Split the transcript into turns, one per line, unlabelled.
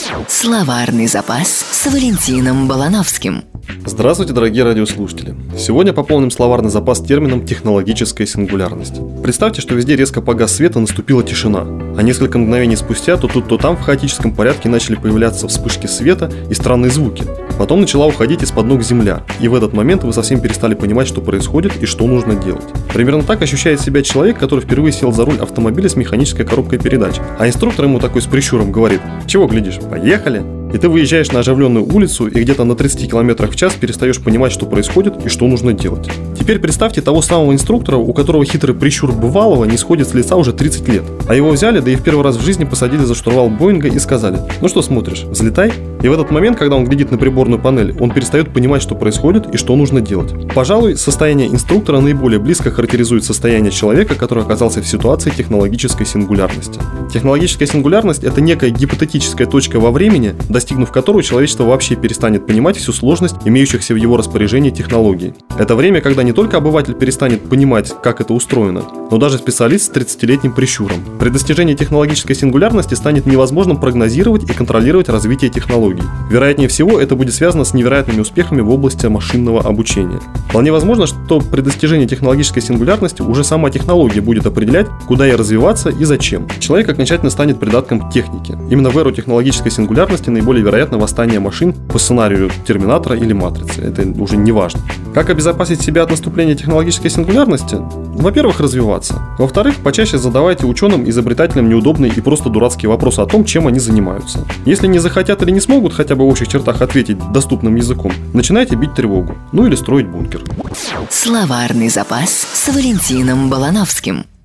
Словарный запас с Валентином Балановским.
Здравствуйте, дорогие радиослушатели! Сегодня пополним словарный запас термином «технологическая сингулярность». Представьте, что везде резко погас свет и наступила тишина, а несколько мгновений спустя то тут, то там в хаотическом порядке начали появляться вспышки света и странные звуки. Потом начала уходить из-под ног земля, и в этот момент вы совсем перестали понимать, что происходит и что нужно делать. Примерно так ощущает себя человек, который впервые сел за руль автомобиля с механической коробкой передач, а инструктор ему такой с прищуром говорит: «Чего глядишь, поехали!» И ты выезжаешь на оживленную улицу и где-то на 30 км в час перестаешь понимать, что происходит и что нужно делать. Теперь представьте того самого инструктора, у которого хитрый прищур бывалого не сходит с лица уже 30 лет. А его взяли, да и в первый раз в жизни посадили за штурвал Боинга и сказали: «Ну что смотришь, взлетай». И в этот момент, когда он глядит на приборную панель, он перестает понимать, что происходит и что нужно делать. Пожалуй, состояние инструктора наиболее близко характеризует состояние человека, который оказался в ситуации технологической сингулярности. Технологическая сингулярность – это некая гипотетическая точка во времени, достигнув которой человечество вообще перестанет понимать всю сложность имеющихся в его распоряжении технологий. Это время, когда не только обыватель перестанет понимать, как это устроено, но даже специалист с 30-летним прищуром. При достижении технологической сингулярности станет невозможным прогнозировать и контролировать развитие технологий. Вероятнее всего, это будет связано с невероятными успехами в области машинного обучения. Вполне возможно, что при достижении технологической сингулярности уже сама технология будет определять, куда ей развиваться и зачем. Человек окончательно станет придатком техники. Именно в эру технологической сингулярности наиболее вероятно восстание машин по сценарию Терминатора или Матрицы. Это уже не важно. Как обезопасить себя от наступления технологической сингулярности? Во-первых, развиваться. Во-вторых, почаще задавайте ученым, изобретателям неудобные и просто дурацкие вопросы о том, чем они занимаются. Если не захотят или не смогут хотя бы в общих чертах ответить доступным языком, начинайте бить тревогу. Ну или строить бункер.
Словарный запас с Валентином Балановским.